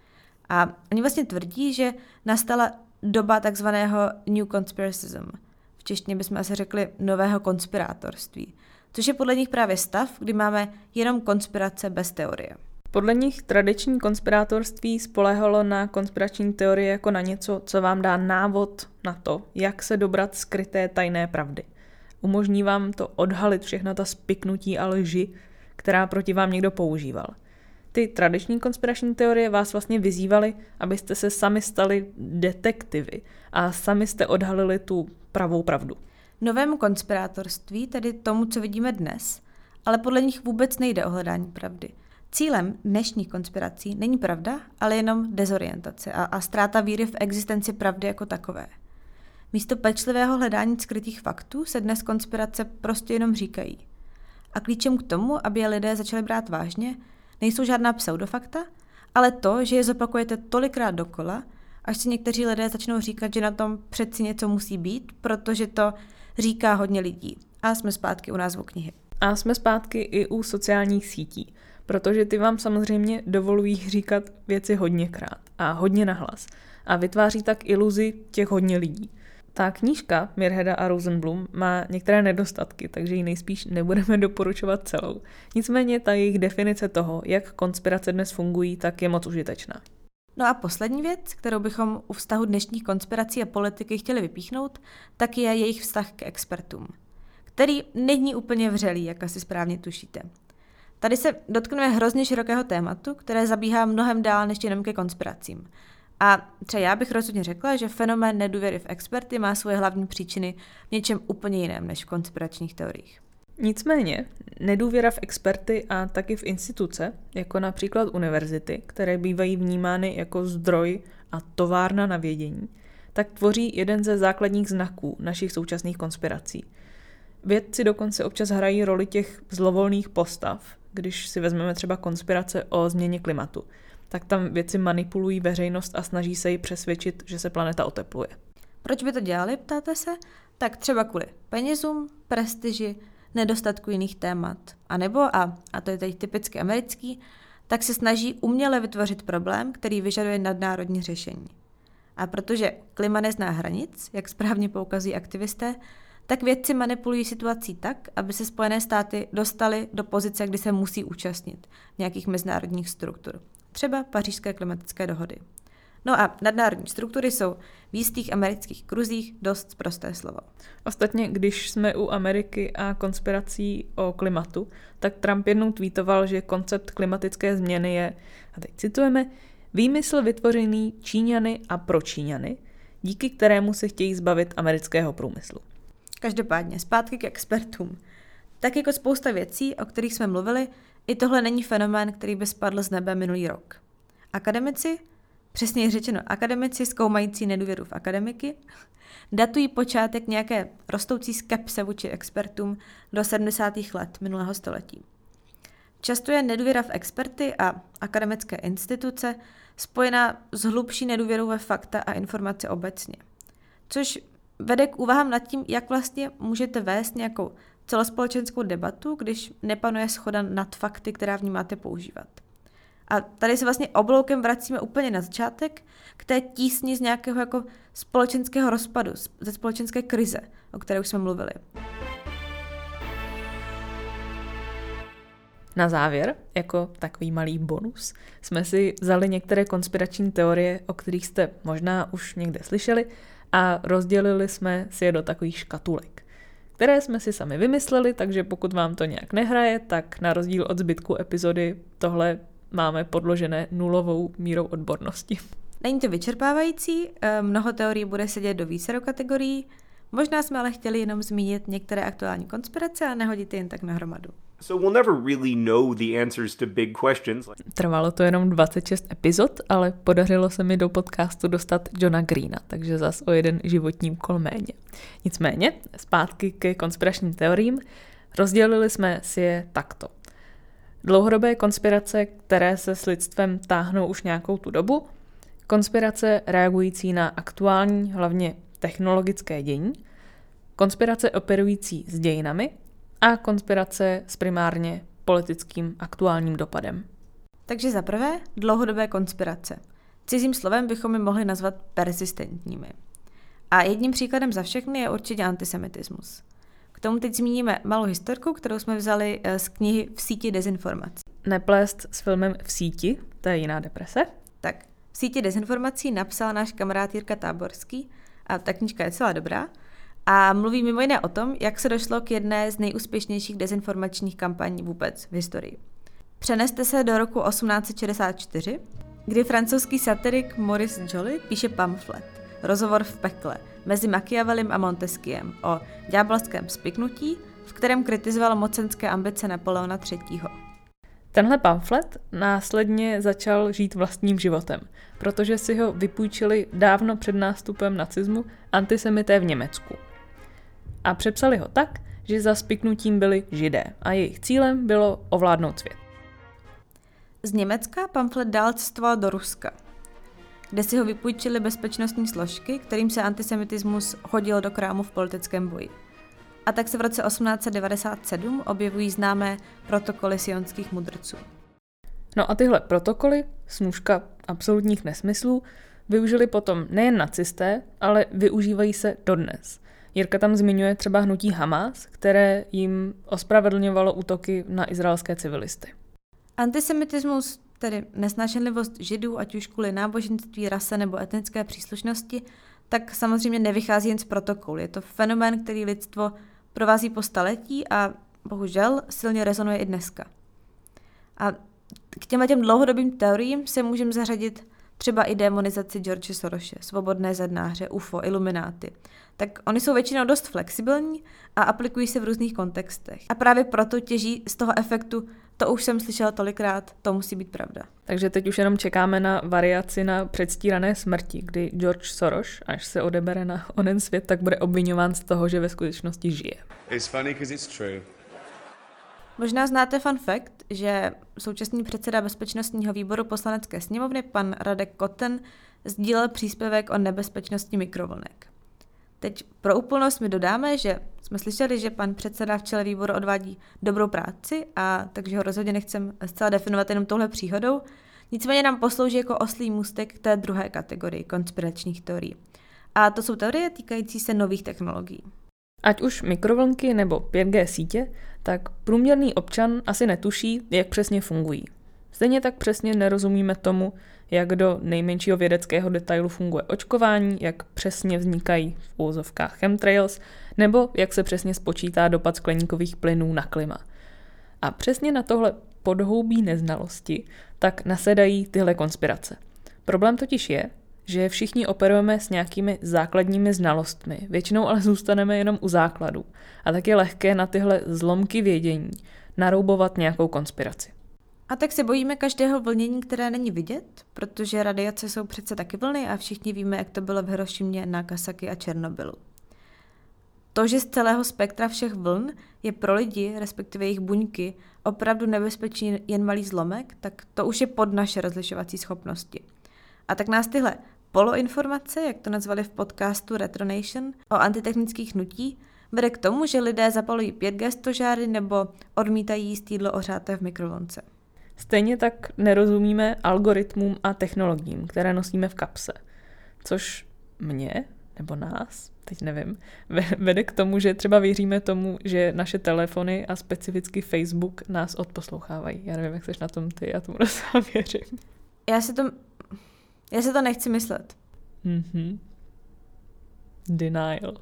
A oni vlastně tvrdí, že nastala doba takzvaného New Conspiracism. V češtině bychom asi řekli nového konspirátorství, což je podle nich právě stav, kdy máme jenom konspirace bez teorie. Podle nich tradiční konspirátorství spoléhalo na konspirační teorie jako na něco, co vám dá návod na to, jak se dobrat skryté tajné pravdy. Umožní vám to odhalit všechna ta spiknutí a lži, která proti vám někdo používal. Ty tradiční konspirační teorie vás vlastně vyzývaly, abyste se sami stali detektivy a sami jste odhalili tu pravou pravdu. Novému konspirátorství, tedy tomu, co vidíme dnes, ale podle nich vůbec nejde o hledání pravdy. Cílem dnešních konspirací není pravda, ale jenom dezorientace a, a ztráta víry v existenci pravdy jako takové. Místo pečlivého hledání skrytých faktů se dnes konspirace prostě jenom říkají. A klíčem k tomu, aby je lidé začali brát vážně, nejsou žádná pseudofakta, ale to, že je zopakujete tolikrát dokola, až si někteří lidé začnou říkat, že na tom přeci něco musí být, protože to říká hodně lidí. A jsme zpátky u názvu knihy. A jsme zpátky i u sociálních sítí, protože ty vám samozřejmě dovolují říkat věci hodněkrát a hodně nahlas a vytváří tak iluzi těch hodně lidí. Ta knížka Muirheada a Rosenblum má některé nedostatky, takže ji nejspíš nebudeme doporučovat celou. Nicméně ta jejich definice toho, jak konspirace dnes fungují, tak je moc užitečná. No a poslední věc, kterou bychom u vztahu dnešních konspirací a politiky chtěli vypíchnout, tak je jejich vztah k expertům, který není úplně vřelý, jak asi správně tušíte. Tady se dotkneme hrozně širokého tématu, které zabíhá mnohem dál než jenom ke konspiracím. A třeba já bych rozhodně řekla, že fenomén nedůvěry v experty má svoje hlavní příčiny v něčem úplně jiném než v konspiračních teoriích. Nicméně, nedůvěra v experty a taky v instituce, jako například univerzity, které bývají vnímány jako zdroj a továrna na vědění, tak tvoří jeden ze základních znaků našich současných konspirací. Vědci dokonce občas hrají roli těch zlovolných postav, když si vezmeme třeba konspirace o změně klimatu. tak tam vědci manipulují veřejnost a snaží se ji přesvědčit, že se planeta otepluje. Proč by to dělali, ptáte se? Tak třeba kvůli penězům, prestiži, nedostatku jiných témat. A nebo, a, a to je teď typicky americký, tak se snaží uměle vytvořit problém, který vyžaduje nadnárodní řešení. A protože klima nezná hranic, jak správně poukazují aktivisté, tak vědci manipulují situací tak, aby se Spojené státy dostaly do pozice, kdy se musí účastnit nějakých mezinárodních struktur. Třeba Pařížské klimatické dohody. No a nadnárodní struktury jsou v jistých amerických kruzích dost prosté slovo. Ostatně, když jsme u Ameriky a konspirací o klimatu, tak Trump jednou tweetoval, že koncept klimatické změny je, a teď citujeme, výmysl vytvořený Číňany a pro Číňany, díky kterému se chtějí zbavit amerického průmyslu. Každopádně, zpátky k expertům. Tak jako spousta věcí, o kterých jsme mluvili, i tohle není fenomén, který by spadl z nebe minulý rok. Akademici, přesněji řečeno akademici zkoumající nedůvěru v akademiky, datují počátek nějaké rostoucí skepse vůči expertům do sedmdesátých let minulého století. Často je nedůvěra v experty a akademické instituce spojená s hlubší nedůvěrou ve fakta a informace obecně. Což vede k úvahám nad tím, jak vlastně můžete vést nějakou celospolečenskou debatu, když nepanuje shoda nad fakty, která v ní máte používat. A tady se vlastně obloukem vracíme úplně na začátek k té tísni z nějakého jako společenského rozpadu, ze společenské krize, o které už jsme mluvili. Na závěr, jako takový malý bonus, jsme si vzali některé konspirační teorie, o kterých jste možná už někde slyšeli, a rozdělili jsme si je do takových škatulek, které jsme si sami vymysleli, takže pokud vám to nějak nehraje, tak na rozdíl od zbytku epizody tohle máme podložené nulovou mírou odbornosti. Není to vyčerpávající, mnoho teorií bude sedět do vícero kategorií, možná jsme ale chtěli jenom zmínit některé aktuální konspirace a nehodit je jen tak na hromadu. So we'll never really know the answers to big questions. Trvalo to jenom dvacet šest epizod, ale podařilo se mi do podcastu dostat Johna Greena, takže zas o jeden životní úkol méně. Nicméně, zpátky ke konspiračním teoriím, rozdělili jsme si je takto. Dlouhodobé konspirace, které se s lidstvem táhnou už nějakou tu dobu, konspirace reagující na aktuální, hlavně technologické dění, konspirace operující s dějinami a konspirace s primárně politickým aktuálním dopadem. Takže za prvé dlouhodobé konspirace. Cizím slovem bychom je mohli nazvat persistentními. A jedním příkladem za všechny je určitě antisemitismus. K tomu teď zmíníme malou historku, kterou jsme vzali z knihy V síti dezinformací. Neplést s filmem V síti, to je jiná deprese. Tak, V síti dezinformací napsal náš kamarád Jirka Táborský a ta knížka je celá dobrá a mluví mimo jiné o tom, jak se došlo k jedné z nejúspěšnějších dezinformačních kampaní vůbec v historii. Přeneste se do roku osmnáct set šedesát čtyři, kdy francouzský satirik Maurice Joly píše pamflet Rozhovor v pekle mezi Machiavellem a Montesquiem o ďábelském spiknutí, v kterém kritizoval mocenské ambice Napoleona třetího. Tenhle pamflet následně začal žít vlastním životem, protože si ho vypůjčili dávno před nástupem nacismu antisemité v Německu. A přepsali ho tak, že za spiknutím byli Židé a jejich cílem bylo ovládnout svět. Z Německa pamflet dál cestoval do Ruska, kde si ho vypůjčili bezpečnostní složky, kterým se antisemitismus hodil do krámu v politickém boji. A tak se v roce osmnáct set devadesát sedm objevují známé protokoly sionských mudrců. No a tyhle protokoly, snůška absolutních nesmyslů, využili potom nejen nacisté, ale využívají se dodnes. Jirka tam zmiňuje třeba hnutí Hamas, které jim ospravedlňovalo útoky na izraelské civilisty. Antisemitismus, tedy nesnášenlivost židů, ať už kvůli náboženství, rase nebo etnické příslušnosti, tak samozřejmě nevychází jen z protokolu. Je to fenomén, který lidstvo provází po staletí a bohužel silně rezonuje i dneska. A k těmhle těm dlouhodobým teoriím se můžeme zařadit třeba i demonizaci George Sorose, svobodné zednáře, U F O, ilumináty. Tak oni jsou většinou dost flexibilní a aplikují se v různých kontextech. A právě proto těží z toho efektu, to už jsem slyšela tolikrát, to musí být pravda. Takže teď už jenom čekáme na variaci na předstírané smrti, kdy George Soros, až se odebere na onen svět, tak bude obviňován z toho, že ve skutečnosti žije. It's funny 'cause it's true. Možná znáte fun fact, že současný předseda bezpečnostního výboru Poslanecké sněmovny, pan Radek Koten, sdílel příspěvek o nebezpečnosti mikrovlnek. Teď pro úplnost mi dodáme, že jsme slyšeli, že pan předseda v čele výboru odvádí dobrou práci, a takže ho rozhodně nechcem zcela definovat jenom touhle příhodou. Nicméně nám poslouží jako oslý můstek k té druhé kategorii konspiračních teorií. A to jsou teorie týkající se nových technologií. Ať už mikrovlnky nebo pět G sítě, tak průměrný občan asi netuší, jak přesně fungují. Stejně tak přesně nerozumíme tomu, jak do nejmenšího vědeckého detailu funguje očkování, jak přesně vznikají v úvozovkách chemtrails, nebo jak se přesně spočítá dopad skleníkových plynů na klima. A přesně na tohle podhoubí neznalosti tak nasedají tyhle konspirace. Problém totiž je, že všichni operujeme s nějakými základními znalostmi, většinou ale zůstaneme jenom u základů. A tak je lehké na tyhle zlomky vědění naroubovat nějakou konspiraci. A tak se bojíme každého vlnění, které není vidět, protože radiace jsou přece taky vlny a všichni víme, jak to bylo v Hirošimě, Nagasaki a Černobylu. To, že z celého spektra všech vln je pro lidi, respektive jejich buňky, opravdu nebezpečný jen malý zlomek, tak to už je pod naše rozlišovací schopnosti. A tak nás tyhle poloinformace, jak to nazvali v podcastu Retronation, o antitechnických hnutí, vede k tomu, že lidé zapalují pět G stožáry nebo odmítají jíst jídlo ohřáté v mikrovlnce. Stejně tak nerozumíme algoritmům a technologiím, které nosíme v kapse. Což mě, nebo nás, teď nevím, vede k tomu, že třeba věříme tomu, že naše telefony a specificky Facebook nás odposlouchávají. Já nevím, jak jsi na tom ty, já tomu docela věřím. Já si to, já si to nechci myslet. Mhm. Denial.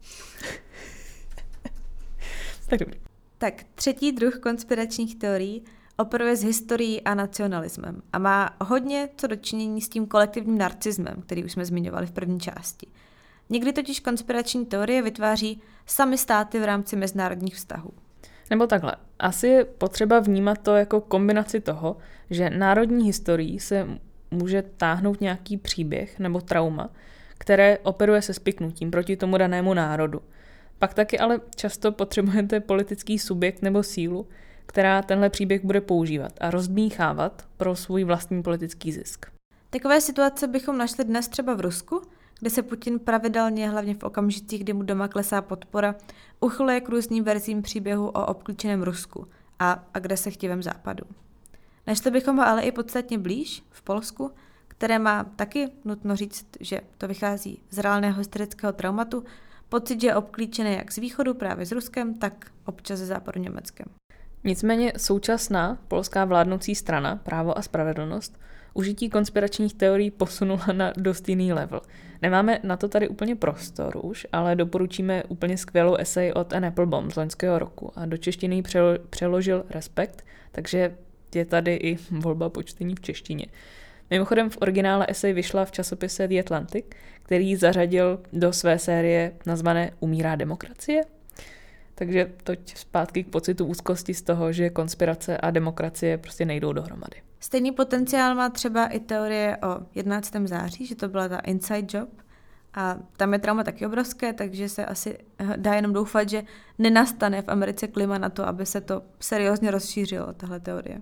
Tak dobrý. Tak třetí druh konspiračních teorií operuje s historií a nacionalismem a má hodně co dočinění s tím kolektivním narcismem, který už jsme zmiňovali v první části. Někdy totiž konspirační teorie vytváří sami státy v rámci mezinárodních vztahů. Nebo takhle. Asi je potřeba vnímat to jako kombinaci toho, že národní historií se může táhnout nějaký příběh nebo trauma, které operuje se spiknutím proti tomu danému národu. Pak taky ale často potřebujete politický subjekt nebo sílu, která tenhle příběh bude používat a rozdmíchávat pro svůj vlastní politický zisk. Takové situace bychom našli dnes třeba v Rusku, kde se Putin pravidelně, hlavně v okamžicích, kdy mu doma klesá podpora, uchyluje k různým verzím příběhu o obklíčeném Rusku a agresivním západu. Našli bychom ho ale i podstatně blíž, v Polsku, které má taky, nutno říct, že to vychází z reálného historického traumatu, pocit, že je obklíčené jak z východu právě s Ruskem, tak občas se západu Německem. Nicméně současná polská vládnoucí strana Právo a spravedlnost užití konspiračních teorií posunula na dost jiný level. Nemáme na to tady úplně prostor už, ale doporučíme úplně skvělou esej od Anne Applebaum z loňského roku a do češtiny ji přeložil Respekt, takže je tady i volba po čtení v češtině. Mimochodem v originále esej vyšla v časopise The Atlantic, který ji zařadil do své série nazvané Umírá demokracie. Takže toť zpátky k pocitu úzkosti z toho, že konspirace a demokracie prostě nejdou dohromady. Stejný potenciál má třeba i teorie o jedenáctého září, že to byla ta inside job. A tam je trauma taky obrovské, takže se asi dá jenom doufat, že nenastane v Americe klima na to, aby se to seriózně rozšířilo, tahle teorie.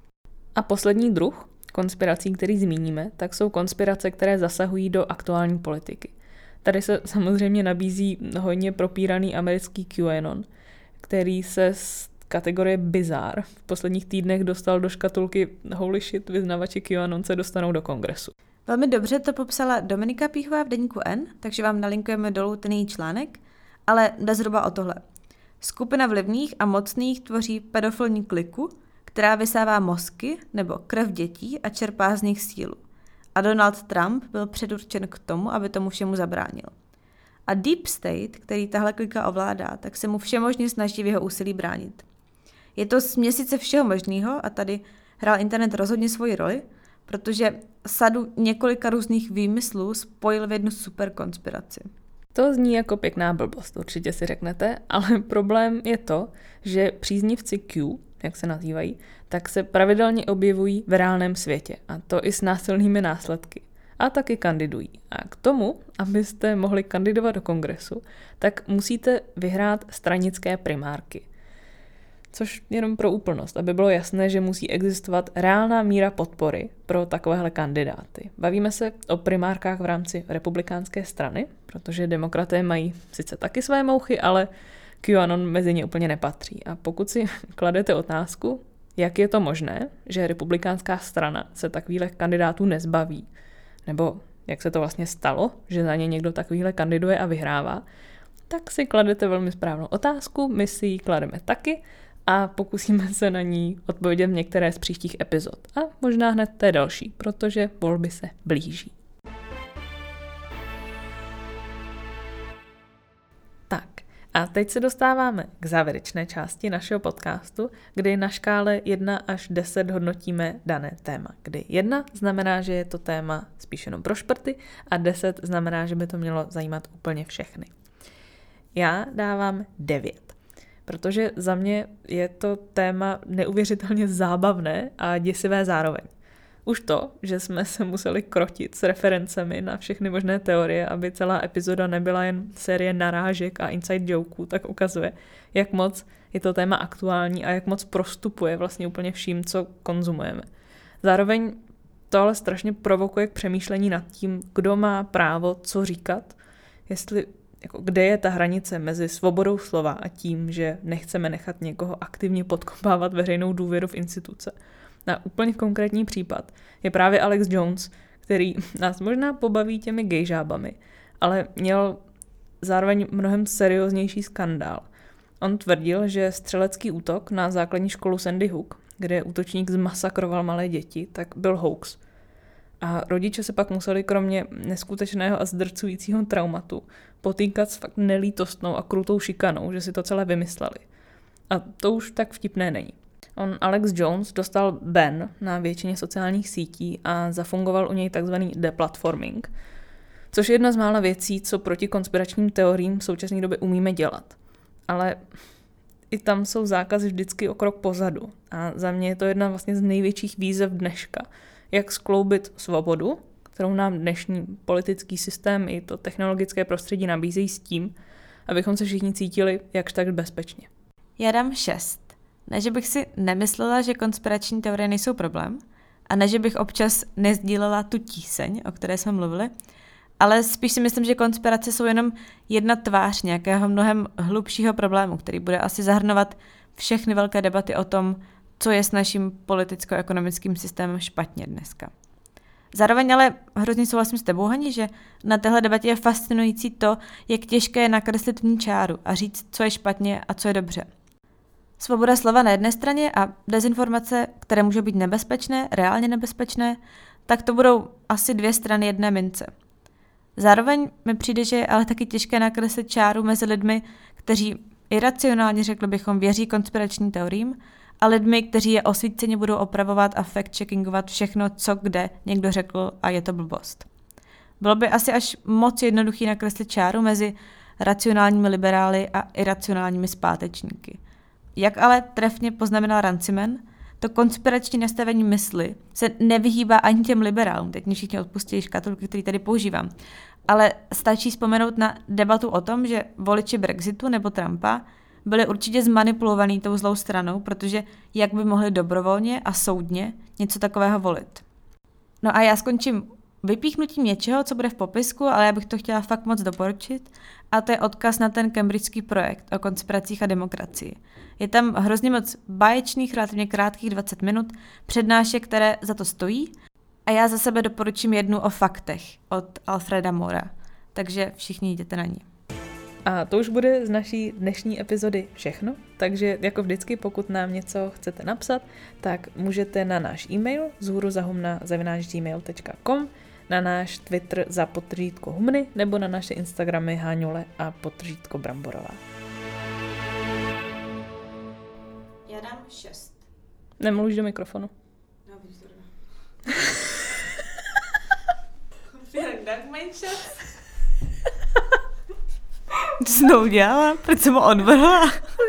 A poslední druh konspirací, který zmíníme, tak jsou konspirace, které zasahují do aktuální politiky. Tady se samozřejmě nabízí hodně propíraný americký QAnon, který se z kategorie bizar v posledních týdnech dostal do škatulky holy shit, vyznavači QAnon se dostanou do kongresu. Velmi dobře to popsala Dominika Píchová v deníku N, takže vám nalinkujeme dolů ten její článek, ale jde zhruba o tohle. Skupina vlivných a mocných tvoří pedofilní kliku, která vysává mozky nebo krev dětí a čerpá z nich sílu. A Donald Trump byl předurčen k tomu, aby tomu všemu zabránil. A Deep State, který tahle klika ovládá, tak se mu všemožně snaží v jeho úsilí bránit. Je to směsice všeho možného a tady hrál internet rozhodně svoji roli, protože sadu několika různých výmyslů spojil v jednu super konspiraci. To zní jako pěkná blbost, určitě si řeknete, ale problém je to, že příznivci Q, jak se nazývají, tak se pravidelně objevují v reálném světě, a to i s násilnými následky. A taky kandidují. A k tomu, abyste mohli kandidovat do kongresu, tak musíte vyhrát stranické primárky. Což jenom pro úplnost, aby bylo jasné, že musí existovat reálná míra podpory pro takovéhle kandidáty. Bavíme se o primárkách v rámci republikánské strany, protože demokraté mají sice taky své mouchy, ale QAnon mezi ně úplně nepatří. A pokud si kladete otázku, jak je to možné, že republikánská strana se takovýchhle kandidátů nezbaví, nebo jak se to vlastně stalo, že za ně někdo takovýhle kandiduje a vyhrává, tak si kladete velmi správnou otázku, my si ji klademe taky a pokusíme se na ní odpovědět v některé z příštích epizod. A možná hned té další, protože volby se blíží. Tak, a teď se dostáváme k závěrečné části našeho podcastu, kdy na škále jedna až deset hodnotíme dané téma. Kdy jedna znamená, že je to téma spíš jenom pro šprty a deset znamená, že by to mělo zajímat úplně všechny. Já dávám devět, protože za mě je to téma neuvěřitelně zábavné a děsivé zároveň. Už to, že jsme se museli krotit s referencemi na všechny možné teorie, aby celá epizoda nebyla jen série narážek a inside jokeů, tak ukazuje, jak moc je to téma aktuální a jak moc prostupuje vlastně úplně vším, co konzumujeme. Zároveň to ale strašně provokuje k přemýšlení nad tím, kdo má právo co říkat, jestli jako kde je ta hranice mezi svobodou slova a tím, že nechceme nechat někoho aktivně podkopávat veřejnou důvěru v instituce. Na úplně konkrétní případ je právě Alex Jones, který nás možná pobaví těmi gejžábami, ale měl zároveň mnohem serióznější skandál. On tvrdil, že střelecký útok na základní školu Sandy Hook, kde útočník zmasakroval malé děti, tak byl hoax. A rodiče se pak museli kromě neskutečného a zdrcujícího traumatu potýkat s fakt nelítostnou a krutou šikanou, že si to celé vymysleli. A to už tak vtipné není. On Alex Jones dostal ban na většině sociálních sítí a zafungoval u něj takzvaný deplatforming, což je jedna z mála věcí, co proti konspiračním teoriím v současné době umíme dělat. Ale i tam jsou zákazy vždycky o krok pozadu. A za mě je to jedna vlastně z největších výzev dneška. Jak skloubit svobodu, kterou nám dnešní politický systém i to technologické prostředí nabízejí s tím, abychom se všichni cítili jakž tak bezpečně. Já dám šest. Ne, že bych si nemyslela, že konspirační teorie nejsou problém a ne, že bych občas nezdílela tu tíseň, o které jsme mluvili, ale spíš si myslím, že konspirace jsou jenom jedna tvář nějakého mnohem hlubšího problému, který bude asi zahrnovat všechny velké debaty o tom, co je s naším politicko-ekonomickým systémem špatně dneska. Zároveň ale hrozně souhlasím s tebou, Hani, že na téhle debatě je fascinující to, jak těžké je nakreslit v ní čáru a říct, co je špatně a co je dobře. Svoboda slova na jedné straně a dezinformace, které můžou být nebezpečné, reálně nebezpečné, tak to budou asi dvě strany jedné mince. Zároveň mi přijde, že je ale taky těžké nakreslit čáru mezi lidmi, kteří iracionálně, řekli bychom, věří konspiračním teoriím, a lidmi, kteří je osvíceně budou opravovat a fact-checkingovat všechno, co kde někdo řekl a je to blbost. Bylo by asi až moc jednoduchý nakreslit čáru mezi racionálními liberály a iracionálními zpátečníky. Jak ale trefně poznamenal Ranciman, to konspirační nastavení mysli se nevyhýbá ani těm liberálům, teď mě všichni odpustí škatulky, který tady používám, ale stačí vzpomenout na debatu o tom, že voliči Brexitu nebo Trumpa byli určitě zmanipulovaní tou zlou stranou, protože jak by mohli dobrovolně a soudně něco takového volit. No a já skončím vypíchnutím něčeho, co bude v popisku, ale já bych to chtěla fakt moc doporučit, a to je odkaz na ten cambridgeský projekt o konspiracích a demokracii. Je tam hrozně moc báječných, relativně krátkých dvacet minut přednášek, které za to stojí, a já za sebe doporučím jednu o faktech od Alfreda Mora, takže všichni jděte na ní. A to už bude z naší dnešní epizody všechno, takže jako vždycky, pokud nám něco chcete napsat, tak můžete na náš e-mail zhuruzahumna zavináč gmail tečka com, na náš Twitter za podtržítko humny nebo na naše Instagramy Háňule a podtržítko Bramborová. Já dám šest. Nemluvíš do mikrofonu. No, vidíš to. Feeling that made sense? Co jsi to udělala? Proč jsem ho odvrhla?